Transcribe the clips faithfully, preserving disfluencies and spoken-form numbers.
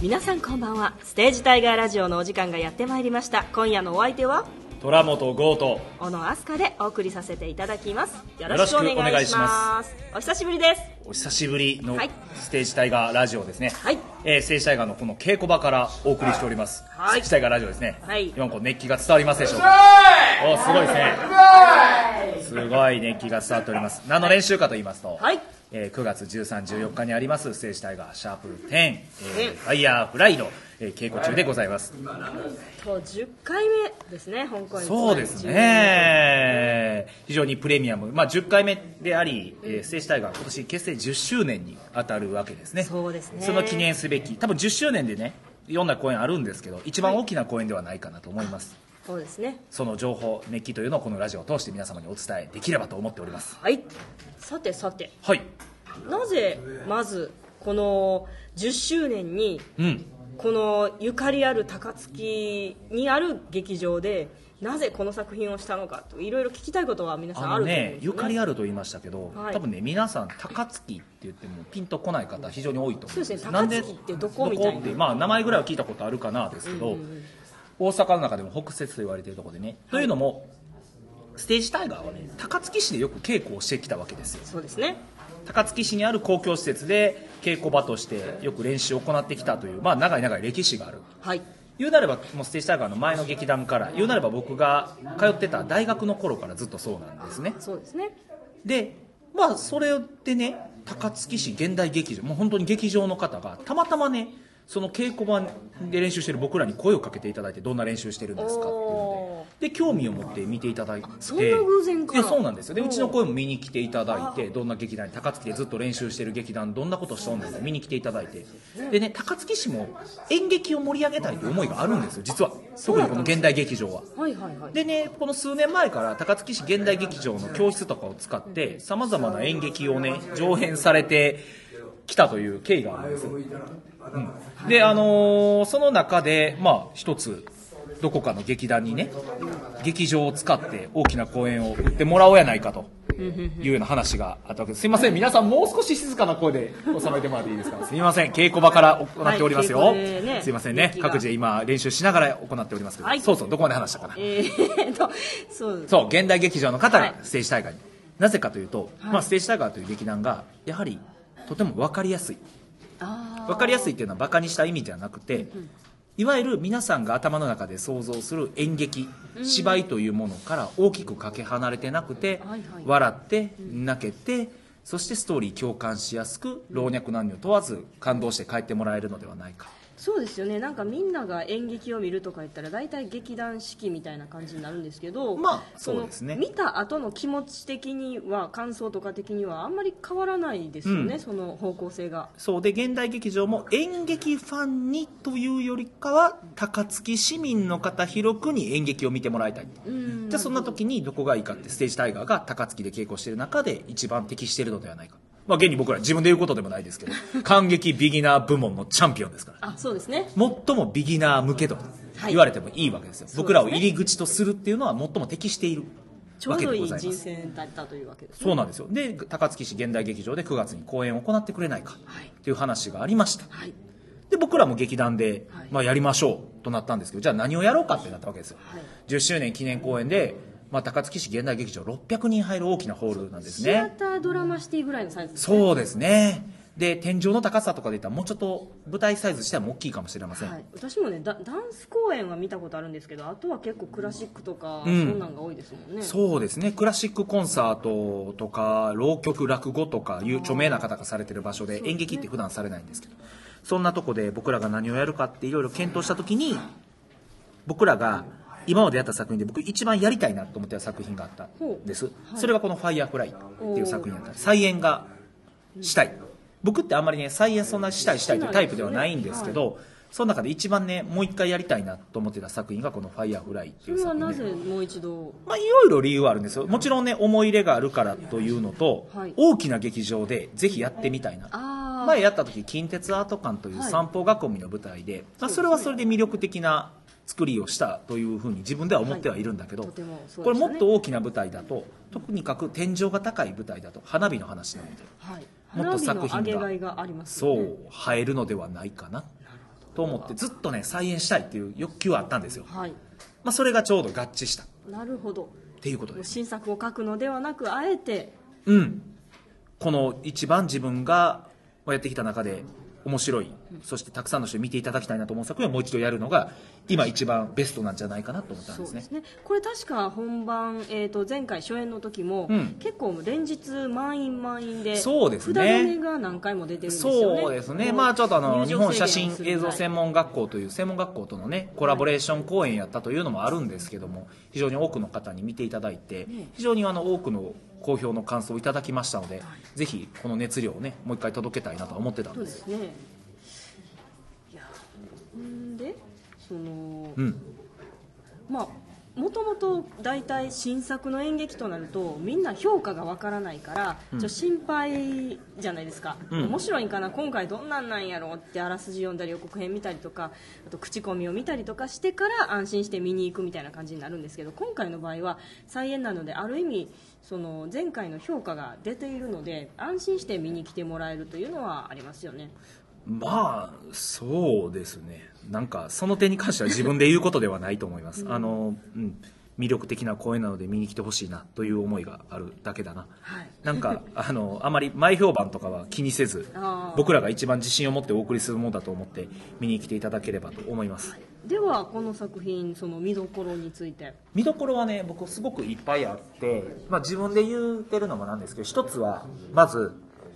皆さんこんばんは。ステージタイガーラジオのお時間がやってまいりました。今夜のお相手は虎本剛と小野飛鳥でお送りさせていただきます。よろしくお願いします。お久しぶりです。 お久しぶりのステージタイガーラジオですね、はい。えー、ステージタイガーのこの稽古場からお送りしております、はい、ステージタイガーラジオですね、はい。今こう熱気が伝わりますでしょうか。おすごいですね。すごい熱気が伝わっております。何の練習かと言いますと、はい、えー、くがつじゅうさん、じゅうよっかにありますステージタイガーシャープじゅう、えー、ファイヤーフライの、えー、稽古中でございます。 とじゅっかいめですね、香港。 そうですね、非常にプレミアム、まあ、じゅっかいめであり、えー、ステージタイガー今年結成じゅっしゅうねんに当たるわけですね。 そうですね。 その記念すべき、多分じゅっしゅうねんでねいろんな公演あるんですけど、一番大きな公演ではないかなと思います、 はい。そうですね。その情報熱気というのをこのラジオを通して皆様にお伝えできればと思っております。 はい。さてさて、 はい、 なぜまずこのじゅっしゅうねんに、うん、このゆかりある高槻にある劇場でなぜこの作品をしたのかと、いろいろ聞きたいことは皆さんあると思うんですよね。 ゆかりあると言いましたけど、はい、多分ね皆さん高槻って言ってもピンとこない方非常に多いと思うんです。 そうですね。高槻ってどこみたいな、 まあ、名前ぐらいは聞いたことあるかなですけど、うんうんうん、大阪の中でも北摂と言われているところでね、はい、というのもステージタイガーはね高槻市でよく稽古をしてきたわけですよ。 そうですね。 高槻市にある公共施設で稽古場としてよく練習を行ってきたという、まあ、長い長い歴史がある、はい。言うなればもうステージタイガーの前の劇団から、言うなれば僕が通ってた大学の頃からずっとそうなんですね。 そうですね。 で、まあそれでね高槻市現代劇場、もう本当に劇場の方がたまたまねその稽古場で練習してる僕らに声をかけていただいて、どんな練習してるんですかっていうので、で興味を持って見ていただいて、 そんな偶然か。 でそうなんですよ。でうちの声も見に来ていただいて、どんな劇団に高槻でずっと練習してる劇団どんなことしとんですか見に来ていただいて、でね高槻市も演劇を盛り上げたいという思いがあるんですよ実は。特にこの現代劇場は、はいはいはい。でねこの数年前から高槻市現代劇場の教室とかを使ってさまざまな演劇をね上演されてきたという経緯があるんです。うん、であのー、その中でまあ一つどこかの劇団にね劇場を使って大きな公演を打ってもらおうやないかというような話があったわけです。すいません皆さんもう少し静かな声で収めてもらっていいですか。すいません稽古場から行っておりますよ、はい。ね、すいませんね各自で今練習しながら行っておりますけど、はい、そうそうどこまで話したかな、えー、とそうそう現代劇場の方がステージ大会に、はい、なぜかというと、はい、まあ、ステージ大会という劇団がやはりとても分かりやすい。分かりやすいっていうのはバカにした意味じゃなくて、うんうん、いわゆる皆さんが頭の中で想像する演劇、うん、芝居というものから大きくかけ離れてなくて、はいはい、笑って泣けて、そしてストーリー共感しやすく老若男女問わず感動して帰ってもらえるのではないか。 そうですよね。なんかみんなが演劇を見るとか言ったら大体劇団四季みたいな感じになるんですけど、 まあそうですね、 見た後の気持ち的には感想とか的にはあんまり変わらないですよね、うん、その方向性が。 そうで現代劇場も演劇ファンにというよりかは高槻市民の方広くに演劇を見てもらいたい。うん、じゃあそんな時にどこがいいかってステージタイガーが高槻で稽古している中で一番適しているのではないか。まあ、現に僕ら自分で言うことでもないですけど観劇ビギナー部門のチャンピオンですから。 あ、そうですね。 最もビギナー向けと言われてもいいわけですよ、はい、僕らを入り口とするっていうのは最も適しているわけでございます。 ちょうどいい人生だったというわけですね。 そうなんですよ。で高槻市現代劇場でくがつに公演を行ってくれないかっていう話がありました、はい。で僕らも劇団で、まあ、やりましょうとなったんですけど、じゃあ何をやろうかってなったわけですよ、はい。じゅっしゅうねん記念公演でまあ、高槻市現代劇場ろっぴゃくにん入る大きなホールなんですね。 シアタードラマシティぐらいのサイズですね。そうですね。で天井の高さとかでいったらもうちょっと舞台サイズしても大きいかもしれません、はい。 私もねダンス公演は見たことあるんですけど、あとは結構クラシックとか、うん、そんなんが多いですもんね。 そうですね。クラシックコンサートとか浪曲落語とかいう著名な方がされてる場所で、演劇って普段されないんですけど、そんなとこで僕らが何をやるかっていろいろ検討した時に、僕らが今までやった作品で僕一番やりたいなと思ってた作品があったんです、はい。それがこの「ファイヤーフライ」っていう作品だった。再演がしたい。僕ってあんまりね再演そんなしたいしたいというタイプではないんですけど、はい、その中で一番ねもう一回やりたいなと思ってた作品がこの「ファイヤーフライ」っていう作品で。 それはなぜもう一度。 まあいろいろ理由はあるんですよ。もちろんね思い入れがあるからというのと、はい、大きな劇場でぜひやってみたいな。前やった時近鉄アート館という三方囲みの舞台で、はい、まあ、それはそれで魅力的な作りをしたというふうに自分では思ってはいるんだけど、はい、これもっと大きな舞台だと、とにかく天井が高い舞台だと花火の話なので、はい、もっと作品がそう映えるのではないかなと思ってずっとね再演したいっていう欲求はあったんですよ、 はい、 まあ、それがちょうど合致したなるほどっていうことです。 新作を書くのではなくあえて、 うん、この一番自分がやってきた中で面白い、そしてたくさんの人に見ていただきたいなと思う作品をもう一度やるのが今一番ベストなんじゃないかなと思ったんですね。 そうですね。これ確か本番、えー、と前回初演の時も、うん、結構連日満員満員で、 そうですね、 札止めが何回も出てるんですよね。 そうですね、まあちょっとあの日本写真映像専門学校という専門学校とのねコラボレーション公演やったというのもあるんですけども、非常に多くの方に見ていただいて、非常にあの多くの好評の感想をいただきましたので、はい、ぜひこの熱量をねもう一回届けたいなと思ってたんです。 そうですね。いやんでその、 うん、 まあもともと大体新作の演劇となるとみんな評価がわからないから、うん、ちょっと心配じゃないですか、うん、面白いんかな今回どんなんなんやろうってあらすじ読んだり予告編見たりとかあと口コミを見たりとかしてから安心して見に行くみたいな感じになるんですけど、今回の場合は再演なのである意味その前回の評価が出ているので安心して見に来てもらえるというのはありますよね。 まあそうですね、なんかその点に関しては自分で言うことではないと思います、うん、あの、うん、魅力的な公演なので見に来てほしいなという思いがあるだけだな、はい、なんかあのあまり前評判とかは気にせず僕らが一番自信を持ってお送りするものだと思って見に来ていただければと思います、はい、 ではこの作品その見どころについて。 見どころはね僕すごくいっぱいあって、まあ、自分で言ってるのもなんですけど、一つはまず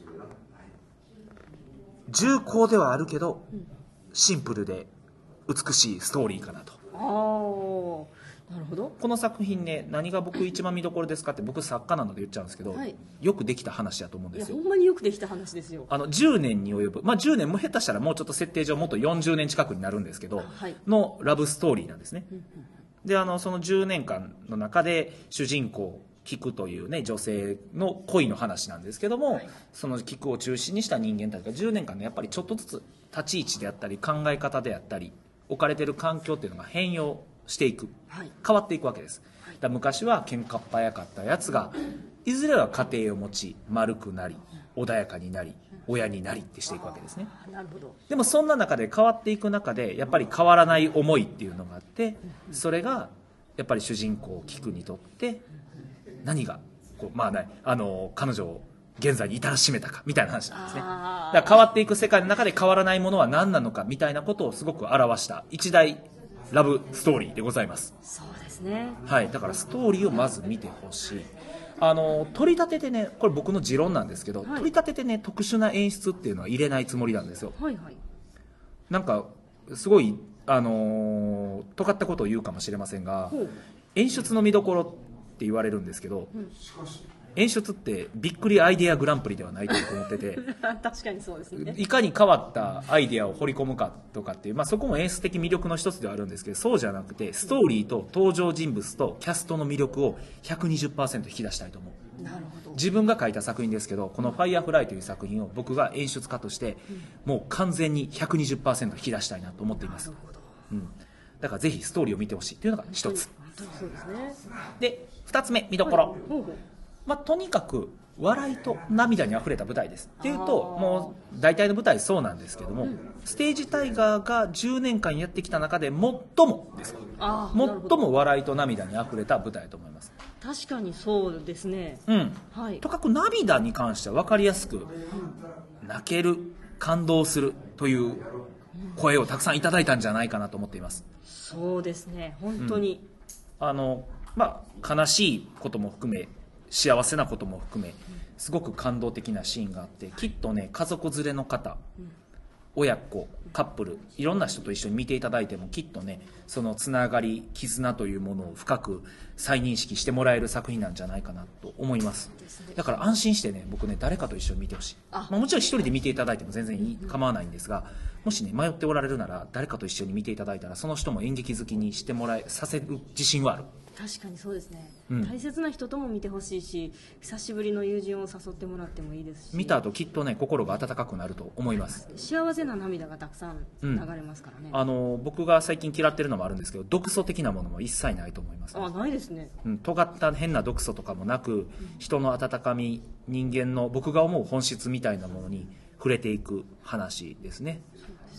重厚ではあるけどシンプルで美しいストーリーかなと。 あーなるほど。 この作品ね何が僕一番見どころですかって僕作家なので言っちゃうんですけど、はい、よくできた話だと思うんですよ。 いやほんまによくできた話ですよ。 あのじゅうねんに及ぶ、まあ、じゅうねんも下手したらもうちょっと設定上もっとよんじゅうねん近くになるんですけど、はい、のラブストーリーなんですね、うんうん、であのそのじゅうねんかんの中で主人公菊というね女性の恋の話なんですけども、はい、その菊を中心にした人間たちがじゅうねんかんでやっぱりちょっとずつ立ち位置であったり考え方であったり置かれている環境っていうのが変容していく、はい、変わっていくわけです。だ昔は喧嘩っ早かったやつがいずれは家庭を持ち丸くなり穏やかになり親になりってしていくわけですね。 なるほど。 でもそんな中で変わっていく中でやっぱり変わらない思いっていうのがあって、それがやっぱり主人公菊にとって何がこう、まあね、あの彼女を現在に至らしめたかみたいな話なんですね。だから変わっていく世界の中で変わらないものは何なのかみたいなことをすごく表した一大ラブストーリーでございます。 そうですね、 はい、だからストーリーをまず見てほしい。あの取り立ててね、これ僕の持論なんですけど、はい、取り立ててね特殊な演出っていうのは入れないつもりなんですよ、 はいはい、 なんかすごいあの尖ったことを言うかもしれませんが、演出の見どころって言われるんですけど、うん、演出ってびっくりアイデアグランプリではないと思ってて確かにそうですね。 いかに変わったアイデアを掘り込むかとかっていう、まあ、そこも演出的魅力の一つではあるんですけど、そうじゃなくてストーリーと登場人物とキャストの魅力を ひゃくにじゅっパーセント 引き出したいと思う。 なるほど。 自分が書いた作品ですけど、この「ファイヤーフライ」という作品を僕が演出家としてもう完全に ひゃくにじゅっパーセント 引き出したいなと思っています。なるほど、うん、だからぜひストーリーを見てほしいというのが一つ。 本当にそうですね。 でふたつめ見どころ、はい、まあ、とにかく笑いと涙にあふれた舞台ですっていうともう大体の舞台そうなんですけども、うん、ステージタイガーがじゅうねんかんやってきた中で最もです最も笑いと涙にあふれた舞台だと思います。 確かにそうですね、 うんはい、とかく涙に関しては分かりやすく、うん、泣ける感動するという声をたくさんいただいたんじゃないかなと思っています。 そうですね本当に、 うん、あのまあ悲しいことも含め幸せなことも含めすごく感動的なシーンがあって、きっとね家族連れの方、親子カップルいろんな人と一緒に見ていただいてもきっとねそのつながり絆というものを深く再認識してもらえる作品なんじゃないかなと思います。だから安心してね僕ね誰かと一緒に見てほしい。まあ、もちろん一人で見ていただいても全然いい構わないんですが、もしね迷っておられるなら誰かと一緒に見ていただいたらその人も演劇好きにしてもらえさせる自信はある。 確かにそうですね、うん、大切な人とも見てほしいし久しぶりの友人を誘ってもらってもいいですし、 見た後きっとね心が温かくなると思います。 幸せな涙がたくさん流れますからね、 うん、あの僕が最近嫌ってるのもあるんですけど毒素的なものも一切ないと思います、ね、 あないですね、 うん、尖った変な毒素とかもなく、うん、人の温かみ人間の僕が思う本質みたいなものに触れていく話ですね。 そうですね。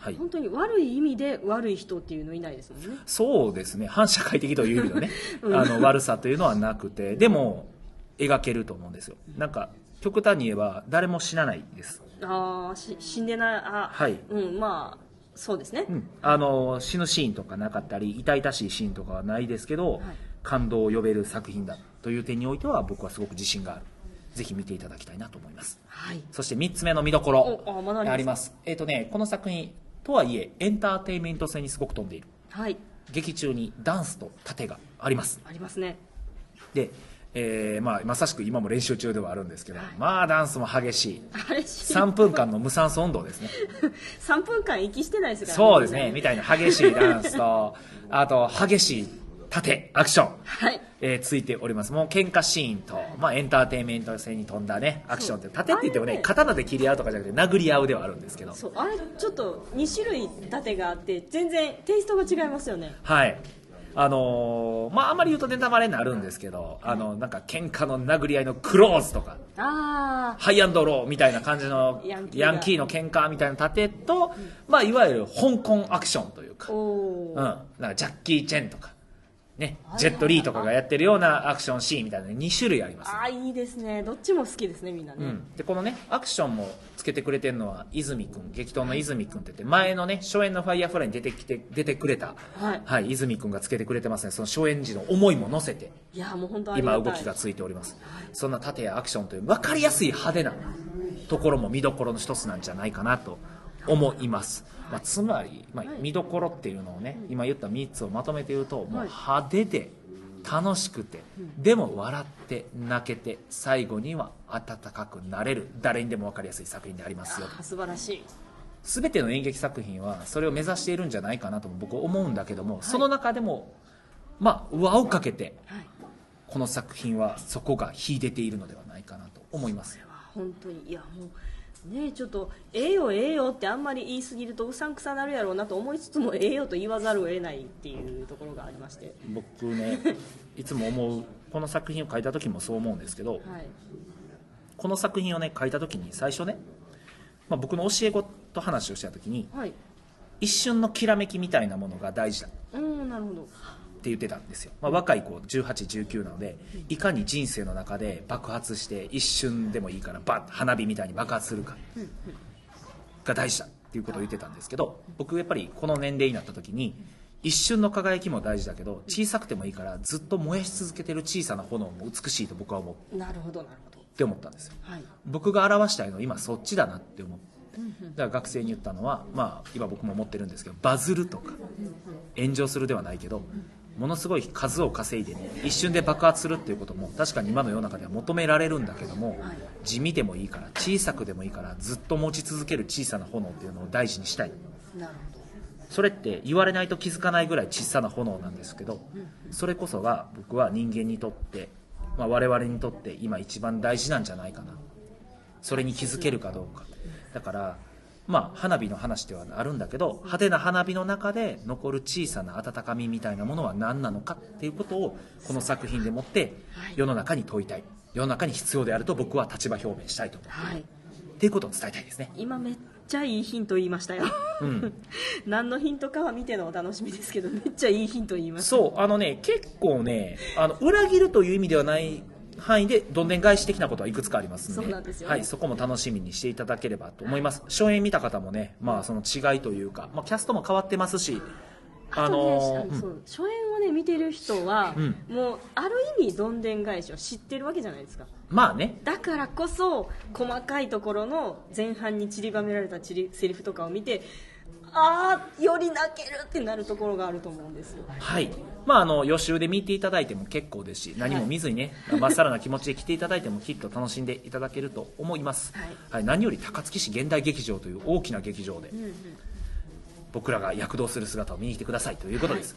はい、 本当に悪い意味で悪い人っていうのいないですもんね。 そうですね、反社会的という意味のね、うん、あの悪さというのはなくて、でも描けると思うんですよ。なんか極端に言えば誰も死なないです。 ああ、死んでない、あ、 はい、 うん、まあそうですね、 うん、あの死ぬシーンとかなかったり痛々しいシーンとかはないですけど、はい、感動を呼べる作品だという点においては僕はすごく自信がある。ぜひ見ていただきたいなと思います、はい、そしてみっつめの見どころ あ, あ, あります。えーとね、この作品とはいえエンターテインメント性にすごく富んでいる、はい、劇中にダンスと殺陣がありますありますね。 で、えーまあ、まさしく今も練習中ではあるんですけど、はい、まあダンスも激しいさんぷんかんの無酸素運動ですねさんぷんかん息してないですからね。 そうですね、みたいな激しいダンスとあと激しい盾アクション、はい、えー、ついております。もう喧嘩シーンと、まあ、エンターテインメント性に富んだねアクションって、盾って言ってもね、刀で切り合うとかじゃなくて殴り合うではあるんですけど、 そう、あれちょっとにしゅるい盾があって全然テイストが違いますよね。 はい、あのー、まああんまり言うとネタバレになるんですけど、あのなんか喧嘩の殴り合いのクローズとか、あハイアンドローみたいな感じのヤンキー、ヤンキーの喧嘩みたいな盾と、うん、まあいわゆる香港アクションというか、うん、なんかジャッキー・チェンとかね、ジェットリーとかがやってるようなアクションシーンみたいなにしゅるいあります、ね、 ああいいですね。どっちも好きですねみんなね、うん、 でこのねアクションもつけてくれてるのは泉くん、激闘の泉くんって言って前のね初演のファイヤーフライに出てきて出てくれた、はいはい、泉くんがつけてくれてますね。その初演時の思いも乗せて、 いやもう本当ありがたい、 今動きがついております、はい、そんな盾やアクションという分かりやすい派手なところも見どころの一つなんじゃないかなと思います、まあ、つまり、まあ、見どころっていうのをね、今言ったみっつをまとめて言うと、もう派手で楽しくて、でも笑って泣けて最後には温かくなれる、誰にでも分かりやすい作品でありますよ。 素晴らしい。 全ての演劇作品はそれを目指しているんじゃないかなと僕は思うんだけども、はい、その中でもまあ輪をかけて、はい、この作品はそこが秀でているのではないかなと思います。 それは本当に、いやもうね、ちょっとええよええよってあんまり言い過ぎるとうさんくさなるやろうなと思いつつも、ええよと言わざるを得ないっていうところがありまして、 僕ねいつも思う、この作品を書いた時もそう思うんですけど、はい、この作品をね書いた時に最初ね、まあ、僕の教え子と話をした時に、はい、一瞬のきらめきみたいなものが大事だ、うん、なるほどって言ってたんですよ、まあ、若い子じゅうはち、じゅうきゅうなので、いかに人生の中で爆発して一瞬でもいいからバッ花火みたいに爆発するかが大事だっていうことを言ってたんですけど、僕やっぱりこの年齢になった時に一瞬の輝きも大事だけど、小さくてもいいからずっと燃やし続けてる小さな炎も美しいと僕は思う。 なるほどなるほどって思ったんですよ、はい、僕が表したいのは今そっちだなって思って、だから学生に言ったのは、まあ今僕も思ってるんですけど、バズるとか炎上するではないけど、ものすごい数を稼いでね一瞬で爆発するっていうことも確かに今の世の中では求められるんだけども、地味でもいいから小さくでもいいからずっと持ち続ける小さな炎っていうのを大事にしたい。なるほど。それって言われないと気づかないぐらい小さな炎なんですけど、それこそが僕は人間にとって、まあ、我々にとって今一番大事なんじゃないかな。それに気づけるかどうか。だからまあ花火の話ではあるんだけど、派手な花火の中で残る小さな温かみみたいなものは何なのかっていうことをこの作品でもって世の中に問いたい、世の中に必要であると僕は立場表明したいと思う、はい、っていうことを伝えたいですね。 今めっちゃいいヒント言いましたよ、うん、何のヒントかは見てのお楽しみですけど、めっちゃいいヒント言いました。 そう、あのね結構ね、あの裏切るという意味ではない範囲でどんでん返し的なことはいくつかありますので、 そうなんですよね、はい、そこも楽しみにしていただければと思います。初演見た方もね、まあ、その違いというか、まあ、キャストも変わってますし、 あのー、そう初演をね見てる人は、うん、もうある意味どんでん返しを知ってるわけじゃないですか。 まあね、 だからこそ細かいところの前半に散りばめられたセリフとかを見て、ああより泣けるってなるところがあると思うんですよ。 はい、まあ、あの予習で見ていただいても結構ですし、何も見ずにね、はい、まっさらな気持ちで来ていただいてもきっと楽しんでいただけると思います、はいはい、何より高槻市現代劇場という大きな劇場で、うんうん、僕らが躍動する姿を見に来てくださいということです、はい、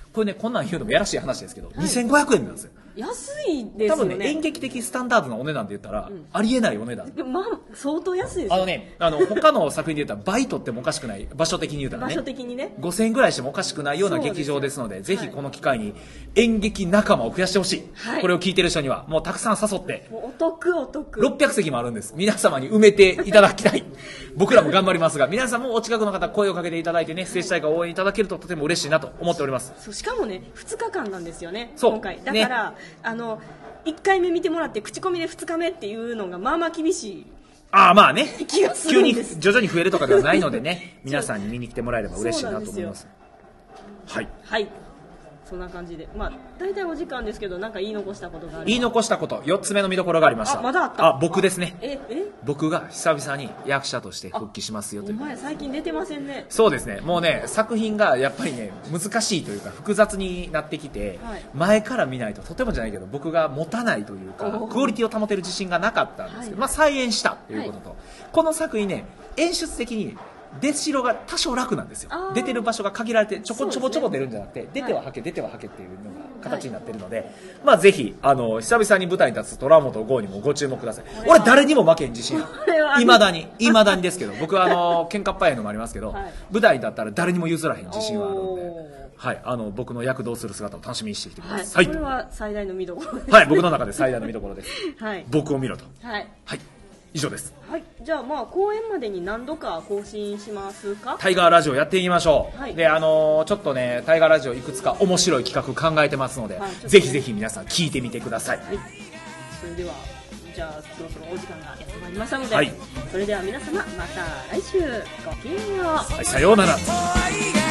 これね、こんなん言うのもやらしい話ですけど、はい、にせんごひゃくえんなんですよ。 安いですよね。多分ね、 演劇的スタンダードなお値段で言ったら、うん、ありえないお値段。 まあ、相当安いですよ。 あのね、あの、他の作品で言ったら倍取ってもおかしくない、場所的に言うたらね。 場所的にね。 ごせんえんぐらいしてもおかしくないような劇場ですので、ぜひこの機会に演劇仲間を増やしてほしい、はい。これを聞いてる人には、もうたくさん誘って。 もうお得お得。 ろっぴゃくせきもあるんです。皆様に埋めていただきたい。僕らも頑張りますが、皆さんもお近くの方、声をかけていただいてね、ステージ大会を応援いただけるととても嬉しいなと思っております。 そう、しかもね、ふつかかんなんですよね。 そう。 今回。だから、ね、あの、いっかいめ見てもらって口コミでふつかめっていうのがまあまあ厳しい。 ああまあね、 気がするんです。 急に徐々に増えるとかではないのでね、皆さんに見に来てもらえれば嬉しいなと思います。はい。 はい。そんな感じで、まあ大体お時間ですけど、なんか言い残したことがある。 言い残したこと、よっつめの見どころがありました。 あ、まだあった。 あ、僕ですね。 え、え、 僕が久々に役者として復帰しますよという。 お前最近出てませんね。 そうですね。もうね、作品がやっぱりね、難しいというか複雑になってきて、はい、前から見ないととてもじゃないけど僕が持たないというか、クオリティを保てる自信がなかったんですけど、はい、まあ再演したということと、はい、この作品ね、演出的に出しろが多少楽なんですよ。出てる場所が限られてちょこちょこちょこ出るんじゃなくて、ね、出てははけ、はい、出てははけっていうのが形になってるので、はい、まあぜひあの久々に舞台に立つ虎本剛にもご注目ください。俺誰にも負けん自信いまだにいまだにですけど、僕はあの喧嘩っ早いのもありますけど、はい、舞台に立ったら誰にも譲らへん自信はあるので、はい、あの僕の躍動する姿を楽しみにしてきてください。 はい、これは最大の見どころです。 はい、僕の中で最大の見どころです。 はい、 僕を見ろと。 はい、 はい、以上です。 はい、じゃあまあ公演までに何度か更新しますか。 タイガーラジオやっていきましょう。 はい、 で、あのー、ちょっとね、タイガーラジオいくつか面白い企画考えてますので、はい、ぜひぜひ皆さん聞いてみてください。はい、 それではじゃあそろそろお時間がやってまいりましたので、 はい、 それでは皆様また来週ごきげんよう。 はい、さようなら。